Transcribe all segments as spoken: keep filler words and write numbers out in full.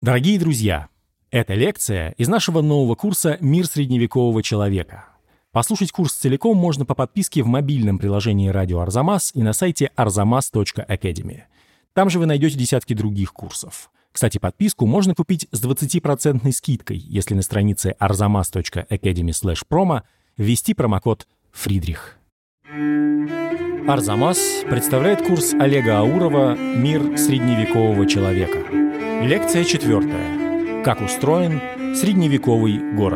Дорогие друзья, это лекция из нашего нового курса «Мир средневекового человека». Послушать курс целиком можно по подписке в мобильном приложении «Радио Арзамас» и на сайте арзамас точка академи. Там же вы найдете десятки других курсов. Кстати, подписку можно купить с двадцатипроцентной скидкой, если на странице арзамас точка академи слэш промо ввести промокод «Фридрих». Арзамас представляет курс Олега Аурова «Мир средневекового человека». Лекция четвертая. Как устроен средневековый город?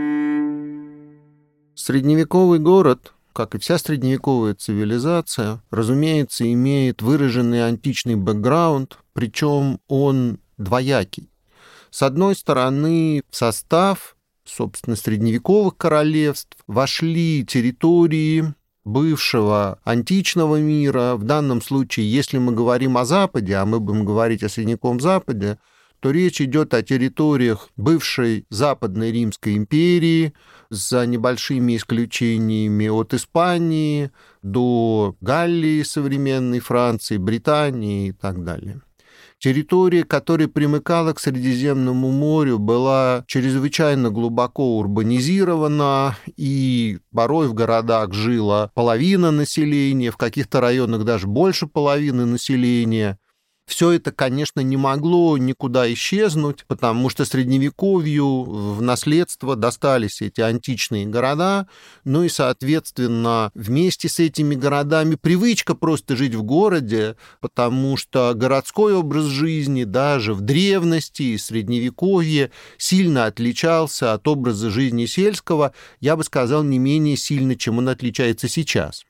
Средневековый город, как и вся средневековая цивилизация, разумеется, имеет выраженный античный бэкграунд, причем он двоякий. С одной стороны, в состав, собственно, средневековых королевств вошли территории бывшего античного мира. В данном случае, если мы говорим о Западе, а мы будем говорить о Средневековом Западе, то речь идет о территориях бывшей Западной Римской империи, за небольшими исключениями от Испании до Галлии, современной Франции, Британии и так далее. Территория, которая примыкала к Средиземному морю, была чрезвычайно глубоко урбанизирована, и порой в городах жила половина населения, в каких-то районах даже больше половины населения. Все это, конечно, не могло никуда исчезнуть, потому что Средневековью в наследство достались эти античные города, ну и, соответственно, вместе с этими городами привычка просто жить в городе, потому что городской образ жизни даже в древности и Средневековье сильно отличался от образа жизни сельского, я бы сказал, не менее сильно, чем он отличается сейчас.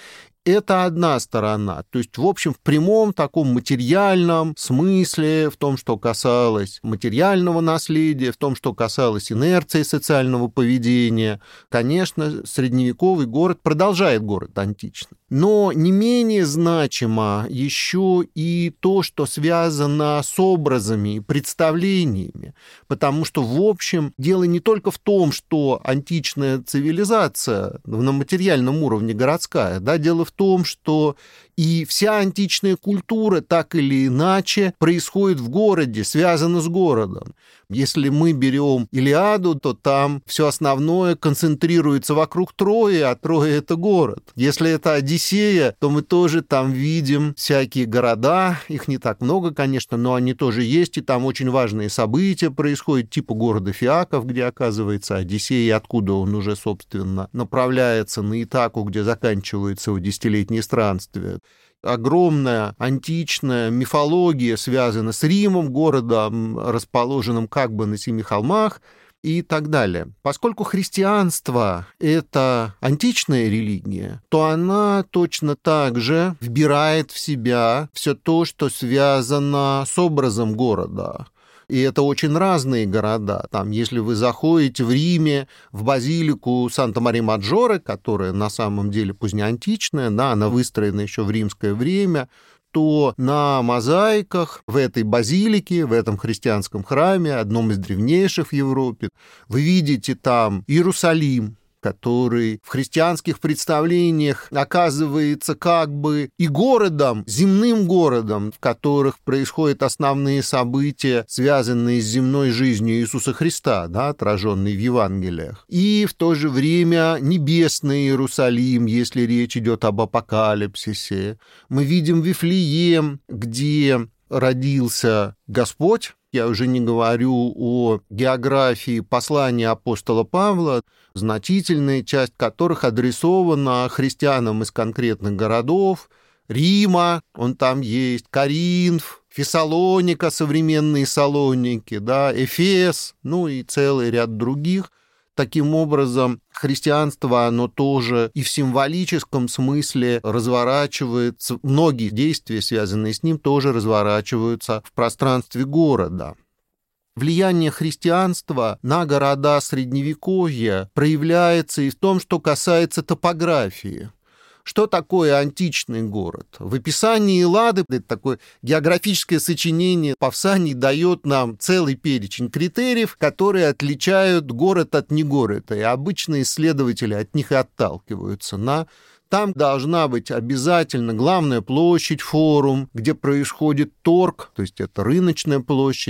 Это одна сторона. То есть, в общем, в прямом таком материальном смысле, в том, что касалось материального наследия, в том, что касалось инерции социального поведения, конечно, средневековый город продолжает город античный. Но не менее значимо еще и то, что связано с образами и представлениями, потому что, в общем, дело не только в том, что античная цивилизация на материальном уровне городская, да, дело в том, что и вся античная культура так или иначе происходит в городе, связана с городом. Если мы берем Илиаду, то там все основное концентрируется вокруг Трои, а Троя — это город. Если это Одиссея, то мы тоже там видим всякие города, их не так много, конечно, но они тоже есть, и там очень важные события происходят, типа города Фиаков, где оказывается Одиссей, и откуда он уже, собственно, направляется на Итаку, где заканчивается его десятилетнее странствие. Огромная античная мифология связана с Римом, городом, расположенным как бы на семи холмах, и так далее. Поскольку христианство — это античная религия, то она точно так же вбирает в себя все то, что связано с образом города. И это очень разные города. Там, если вы заходите в Риме в базилику Санта-Мария-Маджоре, которая на самом деле позднеантичная, да, она выстроена еще в римское время, то на мозаиках в этой базилике, в этом христианском храме, одном из древнейших в Европе, вы видите там Иерусалим, который в христианских представлениях оказывается как бы и городом, земным городом, в которых происходят основные события, связанные с земной жизнью Иисуса Христа, да, отраженные в Евангелиях. И в то же время небесный Иерусалим, если речь идет об апокалипсисе. Мы видим Вифлеем, где родился Господь. Я уже не говорю о географии послания апостола Павла, значительная часть которых адресована христианам из конкретных городов. Рима, он там есть, Коринф, Фессалоника, современные Салоники, да, Эфес, ну и целый ряд других. Таким образом, христианство, оно тоже и в символическом смысле разворачивается, многие действия, связанные с ним, тоже разворачиваются в пространстве города. Влияние христианства на города Средневековья проявляется и в том, что касается топографии. Что такое античный город? В описании Эллады, это такое географическое сочинение, Павсаний дает нам целый перечень критериев, которые отличают город от негорода, и обычно исследователи от них и отталкиваются. На Там должна быть обязательно главная площадь, форум, где происходит торг, то есть это рыночная площадь,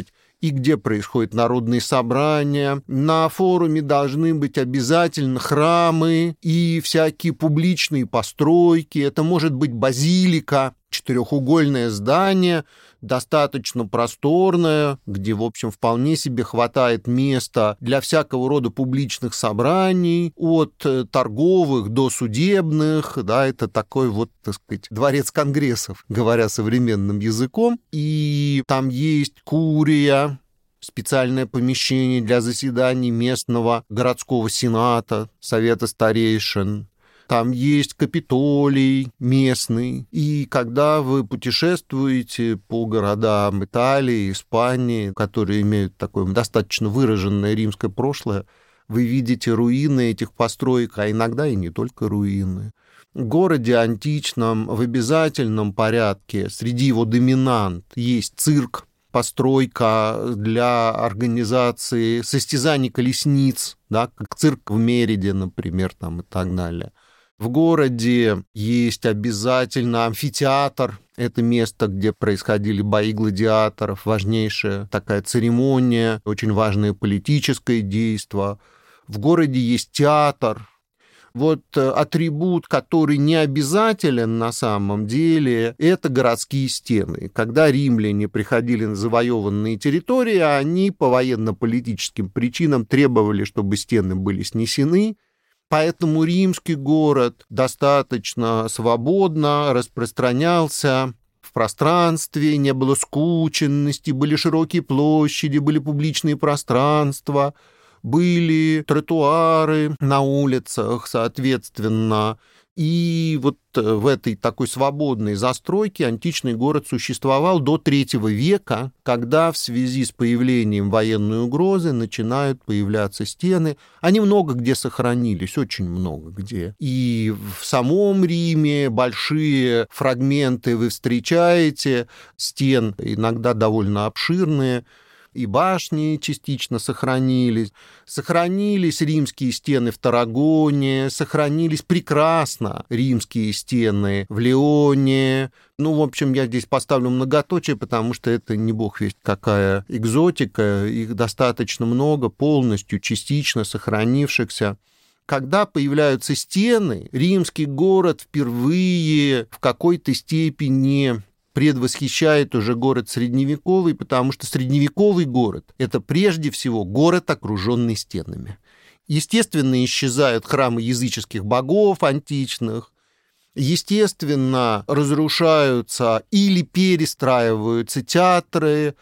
и где происходят народные собрания. На форуме должны быть обязательно храмы и всякие публичные постройки. Это может быть базилика, четырехугольное здание, достаточно просторное, где, в общем, вполне себе хватает места для всякого рода публичных собраний, от торговых до судебных, да, это такой вот, так сказать, дворец конгрессов, говоря современным языком, и там есть курия, специальное помещение для заседаний местного городского сената, совета старейшин. Там есть Капитолий местный. И когда вы путешествуете по городам Италии, Испании, которые имеют такое достаточно выраженное римское прошлое, вы видите руины этих построек, а иногда и не только руины. В городе античном в обязательном порядке среди его доминант есть цирк, постройка для организации состязаний колесниц, да, как цирк в Мериде, например, там, и так далее. В городе есть обязательно амфитеатр. Это место, где происходили бои гладиаторов, важнейшая такая церемония, очень важное политическое действо. В городе есть театр. Вот атрибут, который не обязателен на самом деле, это городские стены. Когда римляне приходили на завоеванные территории, они по военно-политическим причинам требовали, чтобы стены были снесены. Поэтому римский город достаточно свободно распространялся в пространстве, не было скученности, были широкие площади, были публичные пространства, были тротуары на улицах, соответственно. И вот в этой такой свободной застройке античный город существовал до третьего века, когда в связи с появлением военной угрозы начинают появляться стены. Они много где сохранились, очень много где. И в самом Риме большие фрагменты вы встречаете, стен иногда довольно обширные, и башни частично сохранились. Сохранились римские стены в Таррагоне, сохранились прекрасно римские стены в Лионе. Ну, в общем, я здесь поставлю многоточие, потому что это не бог весть какая экзотика. Их достаточно много, полностью, частично сохранившихся. Когда появляются стены, римский город впервые в какой-то степени предвосхищает уже город средневековый, потому что средневековый город – это прежде всего город, окруженный стенами. Естественно, исчезают храмы языческих богов античных, естественно, разрушаются или перестраиваются театры,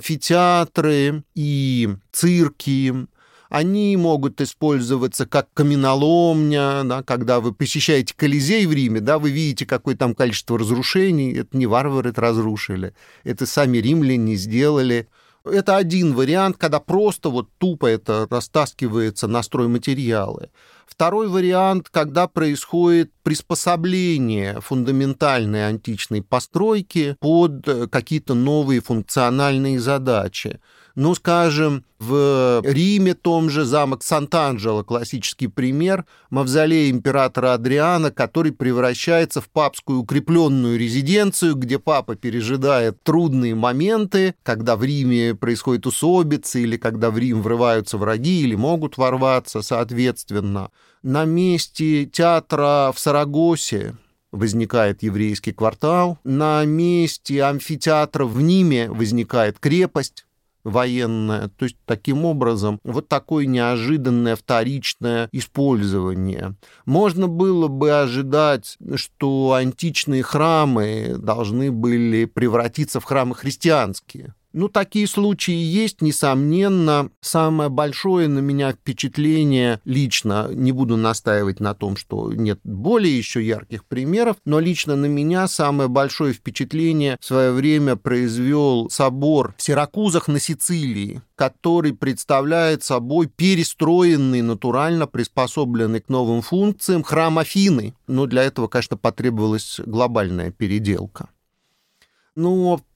амфитеатры и цирки. Они могут использоваться как каменоломня, да, когда вы посещаете Колизей в Риме, да, вы видите, какое там количество разрушений, это не варвары это разрушили, это сами римляне сделали. Это один вариант, когда просто вот тупо это растаскивается на стройматериалы. Второй вариант, когда происходит приспособление фундаментальной античной постройки под какие-то новые функциональные задачи. Ну, скажем, в Риме том же замок Сант'Анджело, классический пример, мавзолей императора Адриана, который превращается в папскую укрепленную резиденцию, где папа пережидает трудные моменты, когда в Риме происходят усобицы, или когда в Рим врываются враги, или могут ворваться, соответственно. На месте театра в Сарагосе возникает еврейский квартал, на месте амфитеатра в Ниме возникает крепость военная. То есть, таким образом, вот такое неожиданное вторичное использование. Можно было бы ожидать, что античные храмы должны были превратиться в храмы христианские. Ну, такие случаи есть, несомненно. Самое большое на меня впечатление лично, не буду настаивать на том, что нет более еще ярких примеров, но лично на меня самое большое впечатление в свое время произвел собор в Сиракузах на Сицилии, который представляет собой перестроенный, натурально приспособленный к новым функциям храм Афины. Но для этого, конечно, потребовалась глобальная переделка. Но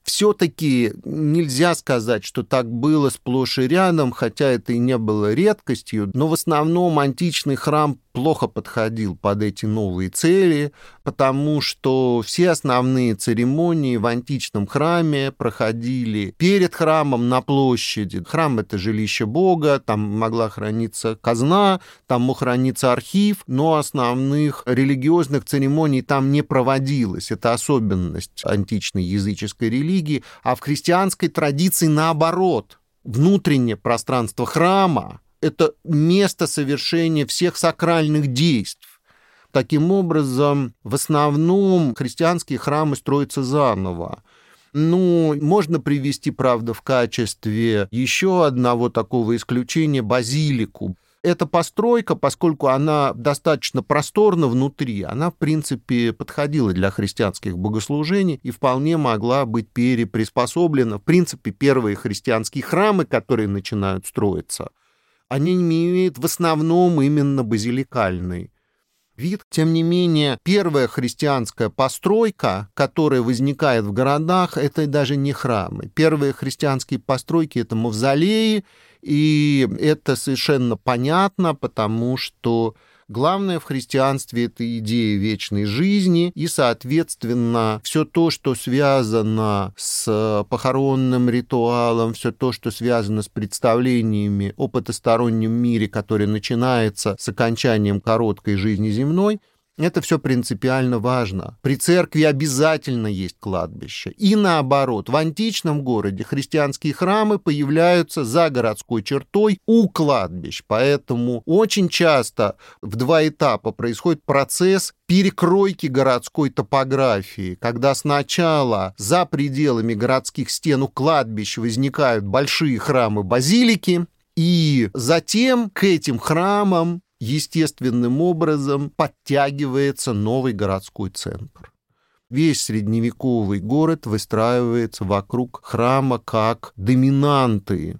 Все-таки нельзя сказать, что так было сплошь и рядом, хотя это и не было редкостью, но в основном античный храм плохо подходил под эти новые цели, потому что все основные церемонии в античном храме проходили перед храмом на площади. Храм — это жилище Бога, там могла храниться казна, там мог храниться архив, но основных религиозных церемоний там не проводилось. Это особенность античной языческой религии, а в христианской традиции наоборот. Внутреннее пространство храма — это место совершения всех сакральных действий. Таким образом, в основном христианские храмы строятся заново. Ну, можно привести, правда, в качестве еще одного такого исключения базилику. Эта постройка, поскольку она достаточно просторна внутри, она, в принципе, подходила для христианских богослужений и вполне могла быть переприспособлена. В принципе, первые христианские храмы, которые начинают строиться, они имеют в основном именно базиликальный вид. Тем не менее, первая христианская постройка, которая возникает в городах, это даже не храмы. Первые христианские постройки — это мавзолеи, и это совершенно понятно, потому что главное в христианстве — это идея вечной жизни, и, соответственно, все то, что связано с похоронным ритуалом, все то, что связано с представлениями о потустороннем мире, который начинается с окончанием короткой жизни земной, это все принципиально важно. При церкви обязательно есть кладбище. И наоборот, в античном городе христианские храмы появляются за городской чертой у кладбищ. Поэтому очень часто в два этапа происходит процесс перекройки городской топографии, когда сначала за пределами городских стен у кладбищ возникают большие храмы-базилики, и затем к этим храмам естественным образом подтягивается новый городской центр. Весь средневековый город выстраивается вокруг храма как доминанты.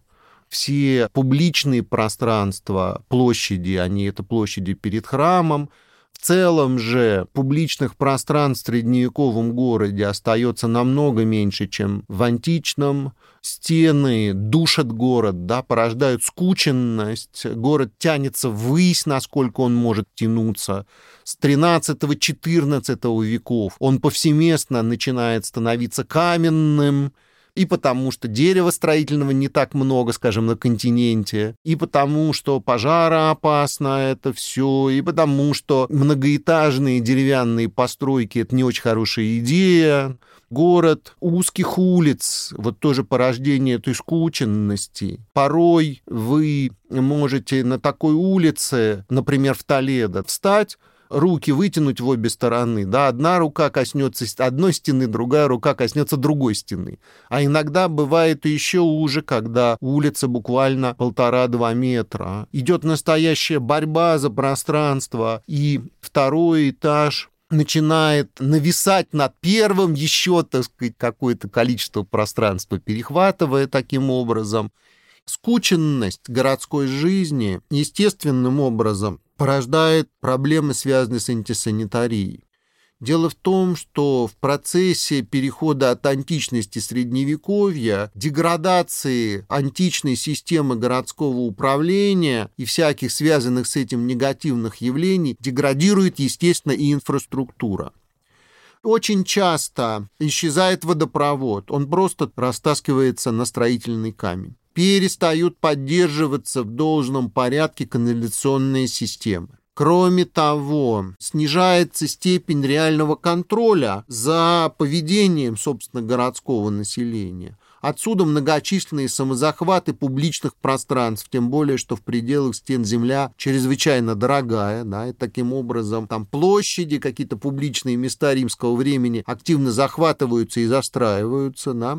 Все публичные пространства, площади, они это площади перед храмом. В целом же публичных пространств в средневековом городе остается намного меньше, чем в античном. Стены душат город, да, порождают скученность. Город тянется ввысь, насколько он может тянуться. С тринадцатого-четырнадцатого веков он повсеместно начинает становиться каменным, и потому что дерева строительного не так много, скажем, на континенте, и потому что пожароопасно это все, и потому что многоэтажные деревянные постройки — это не очень хорошая идея. Город узких улиц, вот тоже порождение этой скученности. Порой вы можете на такой улице, например, в Толедо, встать, руки вытянуть в обе стороны, да, одна рука коснется одной стены, другая рука коснется другой стены. А иногда бывает еще уже, когда улица буквально полтора-два метра. Идет настоящая борьба за пространство, и второй этаж начинает нависать над первым, еще, так сказать, какое-то количество пространства перехватывая таким образом. Скученность городской жизни естественным образом порождает проблемы, связанные с антисанитарией. Дело в том, что в процессе перехода от античности средневековья, деградации античной системы городского управления и всяких связанных с этим негативных явлений, деградирует, естественно, и инфраструктура. Очень часто исчезает водопровод, он просто растаскивается на строительный камень. Перестают поддерживаться в должном порядке канализационные системы. Кроме того, снижается степень реального контроля за поведением, собственно, городского населения. Отсюда многочисленные самозахваты публичных пространств, тем более, что в пределах стен земля чрезвычайно дорогая, да, и таким образом там площади, какие-то публичные места римского времени активно захватываются и застраиваются, да.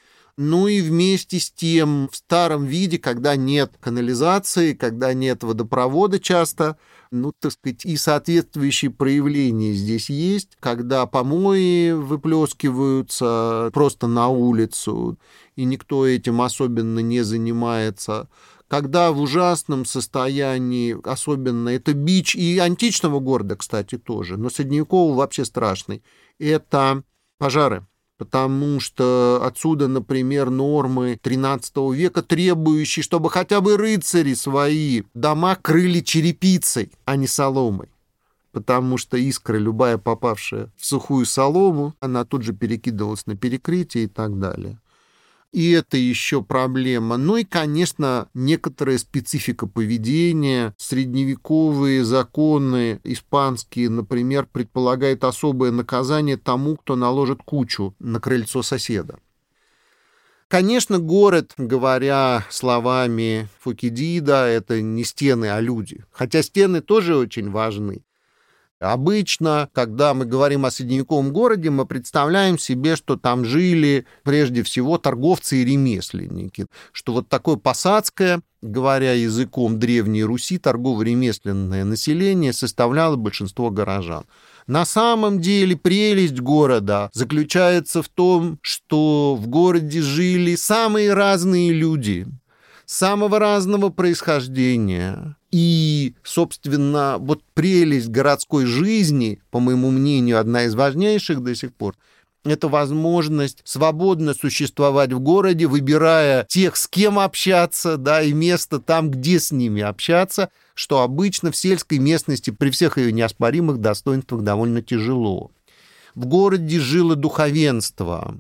Ну и вместе с тем в старом виде, когда нет канализации, когда нет водопровода часто, ну, так сказать, и соответствующие проявления здесь есть, когда помои выплескиваются просто на улицу, и никто этим особенно не занимается, когда в ужасном состоянии, особенно это бич и античного города, кстати, тоже, но средневекового вообще страшный, это пожары. потому что отсюда, например, нормы тринадцатого века, требующие, чтобы хотя бы рыцари свои дома крыли черепицей, а не соломой. Потому что искра, любая попавшая в сухую солому, она тут же перекидывалась на перекрытие и так далее. И это еще проблема. Ну и, конечно, некоторая специфика поведения. Средневековые законы испанские, например, предполагают особое наказание тому, кто наложит кучу на крыльцо соседа. Конечно, город, говоря словами Фукидида, это не стены, а люди. Хотя стены тоже очень важны. Обычно, когда мы говорим о средневековом городе, мы представляем себе, что там жили прежде всего торговцы и ремесленники, что вот такое посадское, говоря языком Древней Руси, торгово-ремесленное население составляло большинство горожан. На самом деле прелесть города заключается в том, что в городе жили самые разные люди, самого разного происхождения. И, собственно, вот прелесть городской жизни, по моему мнению, одна из важнейших до сих пор, это возможность свободно существовать в городе, выбирая тех, с кем общаться, да, и место там, где с ними общаться, что обычно в сельской местности при всех ее неоспоримых достоинствах довольно тяжело. В городе жило духовенство.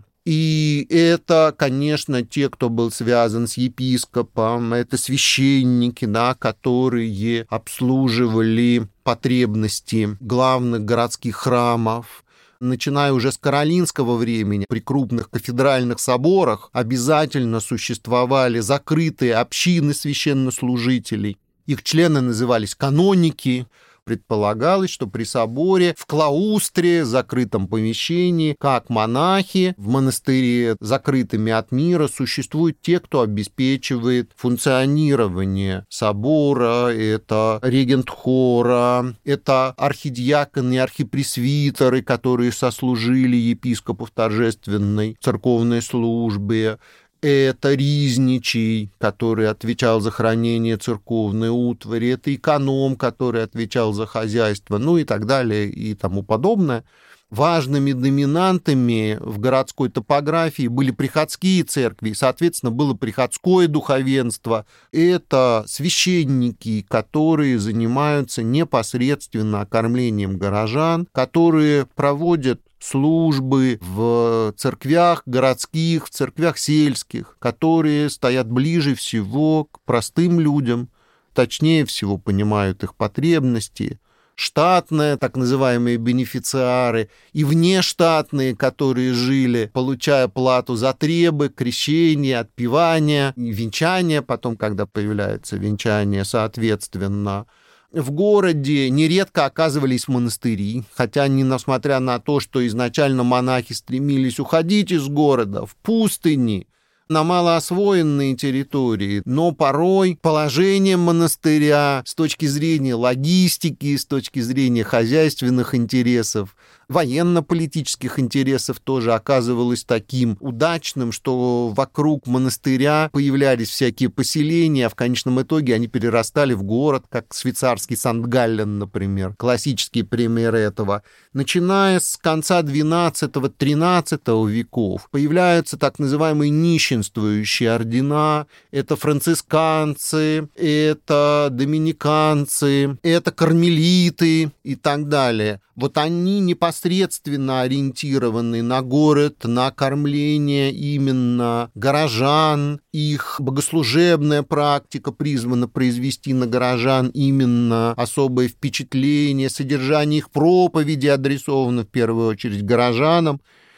И это, конечно, те, кто был связан с епископом, это священники, да, которые обслуживали потребности главных городских храмов. Начиная уже с каролинского времени, при крупных кафедральных соборах обязательно существовали закрытые общины священнослужителей. Их члены назывались каноники. Предполагалось, что при соборе в клаустре, закрытом помещении, как монахи в монастыре, закрытыми от мира, существуют те, кто обеспечивает функционирование собора, это регент хора, это архидиаконы и архипресвитеры, которые сослужили епископу в торжественной церковной службе, это ризничий, который отвечал за хранение церковной утвари, это эконом, который отвечал за хозяйство, ну и так далее и тому подобное. Важными доминантами в городской топографии были приходские церкви, и, соответственно, было приходское духовенство. Это священники, которые занимаются непосредственно окормлением горожан, которые проводят службы в церквях городских, в церквях сельских, которые стоят ближе всего к простым людям, точнее всего понимают их потребности. Штатные, так называемые бенефициары, и внештатные, которые жили, получая плату за требы, крещение, отпевание, венчание, потом, когда появляется венчание, соответственно. В городе нередко оказывались монастыри, хотя, несмотря на то, что изначально монахи стремились уходить из города в пустыни, на малоосвоенные территории, но порой положение монастыря с точки зрения логистики, с точки зрения хозяйственных интересов, военно-политических интересов тоже оказывалось таким удачным, что вокруг монастыря появлялись всякие поселения, а в конечном итоге они перерастали в город, как швейцарский Санкт-Галлен, например, классический пример этого. Начиная с конца двенадцатого-тринадцатого веков появляются так называемые нищенствующие ордена, это францисканцы, это доминиканцы, это кармелиты и так далее. Вот они непосредственно ориентированы на город, на кормление именно горожан, их богослужебная практика призвана произвести на горожан именно особое впечатление, содержание их проповеди адресовано в первую очередь горожанам.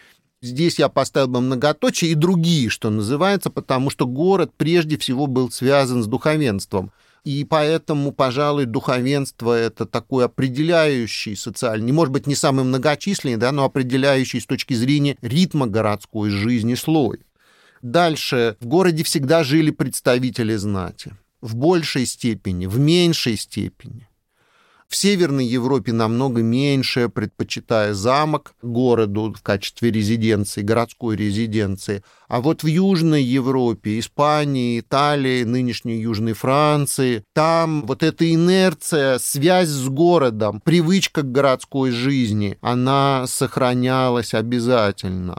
Здесь я поставил бы многоточие и другие, что называется, потому что город прежде всего был связан с духовенством. И поэтому, пожалуй, духовенство — это такой определяющий социальный, может быть, не самый многочисленный, да, но определяющий с точки зрения ритма городской жизни слой. Дальше. В городе всегда жили представители знати. В большей степени, в меньшей степени. В Северной Европе намного меньше, предпочитая замок городу в качестве резиденции, городской резиденции. А вот в Южной Европе, Испании, Италии, нынешней Южной Франции, там вот эта инерция, связь с городом, привычка к городской жизни, она сохранялась обязательно.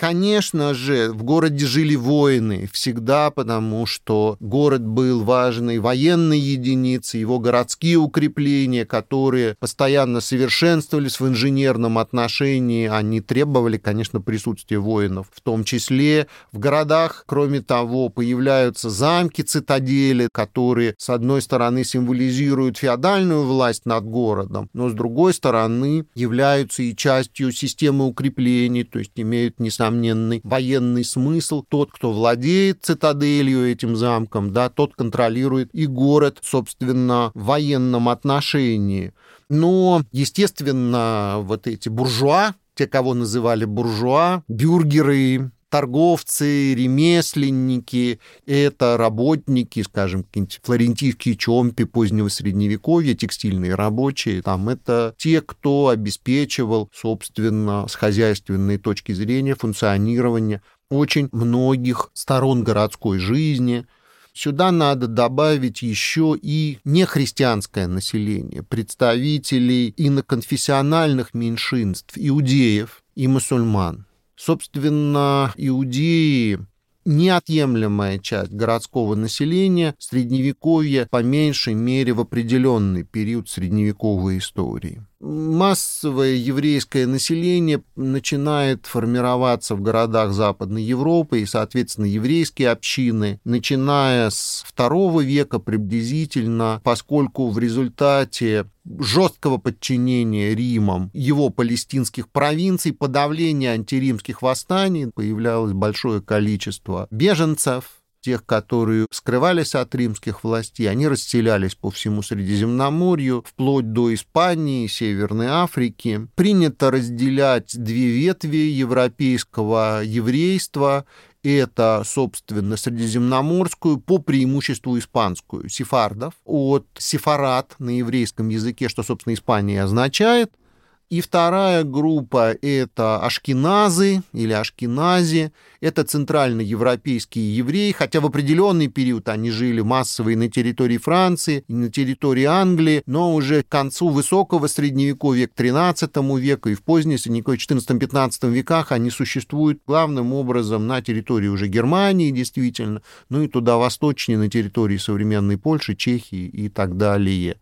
Конечно же, в городе жили воины всегда, потому что город был важной военной единицей, его городские укрепления, которые постоянно совершенствовались в инженерном отношении, они требовали, конечно, присутствия воинов. В том числе в городах, кроме того, появляются замки, цитадели, которые, с одной стороны, символизируют феодальную власть над городом, но, с другой стороны, являются и частью системы укреплений, то есть имеют, несомненный военный смысл. Тот, кто владеет цитаделью, этим замком, да, тот контролирует и город, собственно, в военном отношении. Но, естественно, вот эти буржуа, те, кого называли буржуа, бюргеры, торговцы, ремесленники, это работники, скажем, какие-нибудь флорентийские чомпи позднего Средневековья, текстильные рабочие, там это те, кто обеспечивал, собственно, с хозяйственной точки зрения функционирование очень многих сторон городской жизни. Сюда надо добавить еще и нехристианское население, представителей иноконфессиональных меньшинств, иудеев и мусульман. Собственно, иудеи – неотъемлемая часть городского населения Средневековья, по меньшей мере, в определенный период средневековой истории. Массовое еврейское население начинает формироваться в городах Западной Европы, и, соответственно, еврейские общины, начиная с второго века приблизительно, поскольку в результате жесткого подчинения Римом его палестинских провинций, подавления антиримских восстаний, появлялось большое количество беженцев, тех, которые скрывались от римских властей, они расселялись по всему Средиземноморью, вплоть до Испании, Северной Африки. Принято разделять две ветви европейского еврейства. Это, собственно, средиземноморскую, по преимуществу испанскую, сефардов, от сефарат на еврейском языке, что, собственно, Испания означает. И вторая группа – это ашкеназы или ашкенази. Это центральноевропейские евреи, хотя в определенный период они жили массово и на территории Франции, и на территории Англии, но уже к концу высокого Средневековья, к тринадцатому веку и в позднем Средневековье, четырнадцатом-пятнадцатом веках они существуют главным образом на территории уже Германии, действительно, ну и туда восточнее, на территории современной Польши, Чехии и так далее.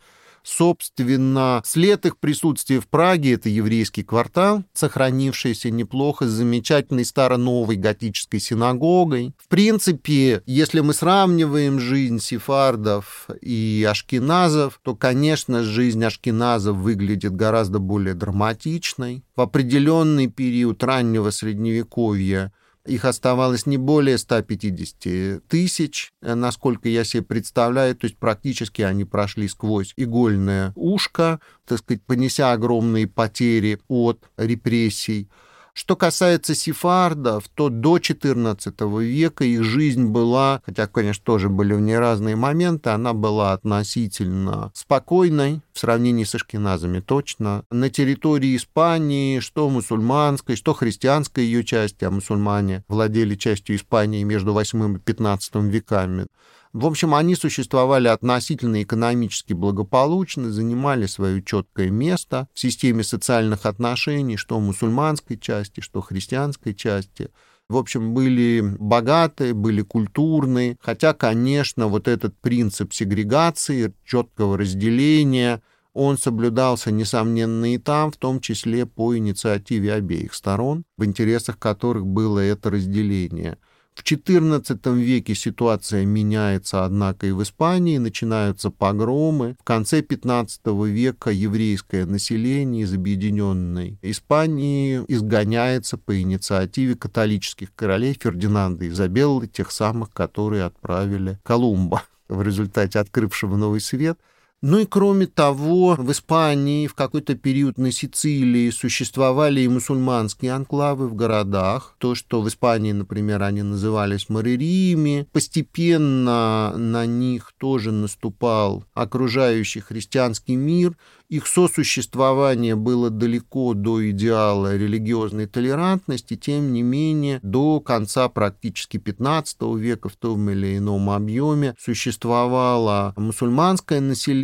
Собственно, след их присутствия в Праге – это еврейский квартал, сохранившийся неплохо с замечательной старо-новой готической синагогой. В принципе, если мы сравниваем жизнь сефардов и ашкеназов, то, конечно, жизнь ашкеназов выглядит гораздо более драматичной. В определенный период раннего Средневековья их оставалось не более ста пятидесяти тысяч, насколько я себе представляю, то есть практически они прошли сквозь игольное ушко, так сказать, понеся огромные потери от репрессий. Что касается сефардов, то до четырнадцатого века их жизнь была, хотя, конечно, тоже были в ней разные моменты, она была относительно спокойной в сравнении с ашкеназами точно. На территории Испании, что мусульманской, что христианской ее части, а мусульмане владели частью Испании между восьмым и пятнадцатым веками. В общем, они существовали относительно экономически благополучно, занимали свое четкое место в системе социальных отношений, что мусульманской части, что христианской части. В общем, были богатые, были культурные, хотя, конечно, вот этот принцип сегрегации, четкого разделения, он соблюдался, несомненно, и там, в том числе по инициативе обеих сторон, в интересах которых было это разделение. В четырнадцатом веке ситуация меняется, однако, и в Испании начинаются погромы. В конце пятнадцатого века еврейское население из объединенной Испании изгоняется по инициативе католических королей Фердинанда и Изабеллы, тех самых, которые отправили Колумба, в результате открывшего новый свет. Ну и кроме того, в Испании в какой-то период на Сицилии существовали и мусульманские анклавы в городах. То, что в Испании, например, они назывались марериями. Постепенно на них тоже наступал окружающий христианский мир. Их сосуществование было далеко до идеала религиозной толерантности, тем не менее, до конца практически пятнадцатого века в том или ином объеме существовало мусульманское население,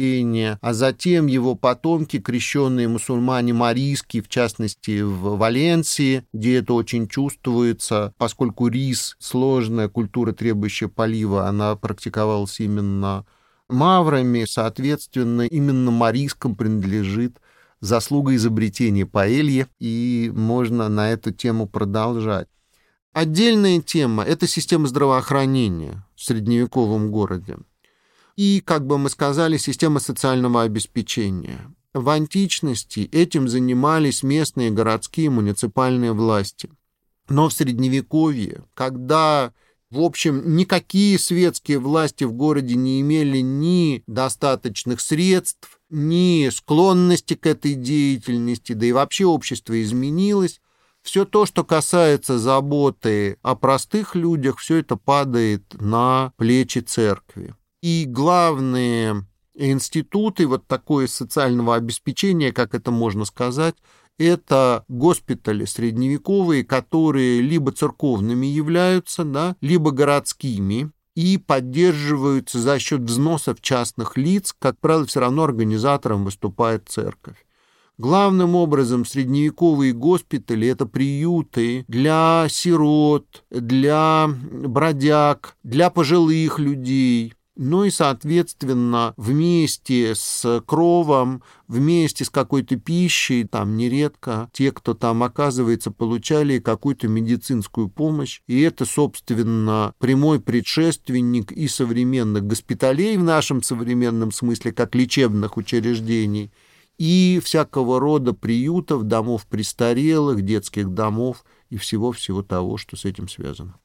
населения, а затем его потомки, крещенные мусульмане марийские, в частности в Валенсии, где это очень чувствуется, поскольку рис — сложная культура, требующая полива, она практиковалась именно маврами, соответственно, именно марийским принадлежит заслуга изобретения паэльи, и можно на эту тему продолжать. Отдельная тема — это система здравоохранения в средневековом городе. И, как бы мы сказали, система социального обеспечения. В античности этим занимались местные городские муниципальные власти. Но в Средневековье, когда, в общем, никакие светские власти в городе не имели ни достаточных средств, ни склонности к этой деятельности, да и вообще общество изменилось, все то, что касается заботы о простых людях, все это падает на плечи церкви. И главные институты вот такое социального обеспечения, как это можно сказать, это госпитали средневековые, которые либо церковными являются, да, либо городскими, и поддерживаются за счет взносов частных лиц. Как правило, все равно организатором выступает церковь. Главным образом средневековые госпитали — это приюты для сирот, для бродяг, для пожилых людей. Ну и, соответственно, вместе с кровом, вместе с какой-то пищей, там нередко те, кто там оказывается, получали какую-то медицинскую помощь. И это, собственно, прямой предшественник и современных госпиталей в нашем современном смысле, как лечебных учреждений, и всякого рода приютов, домов престарелых, детских домов и всего-всего того, что с этим связано.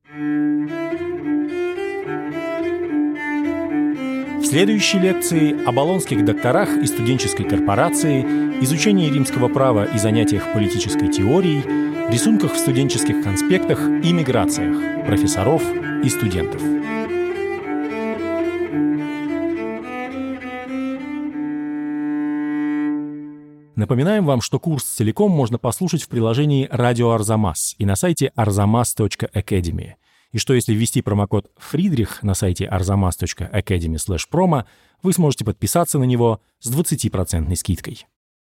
В следующей лекции о болонских докторах и студенческой корпорации, изучении римского права и занятиях политической теорией, рисунках в студенческих конспектах и миграциях профессоров и студентов. Напоминаем вам, что курс целиком можно послушать в приложении «Радио Арзамас» и на сайте арзамас точка академи. И что если ввести промокод «Фридрих» на сайте арзамас точка академи слэш промо, вы сможете подписаться на него с двадцатипроцентной скидкой.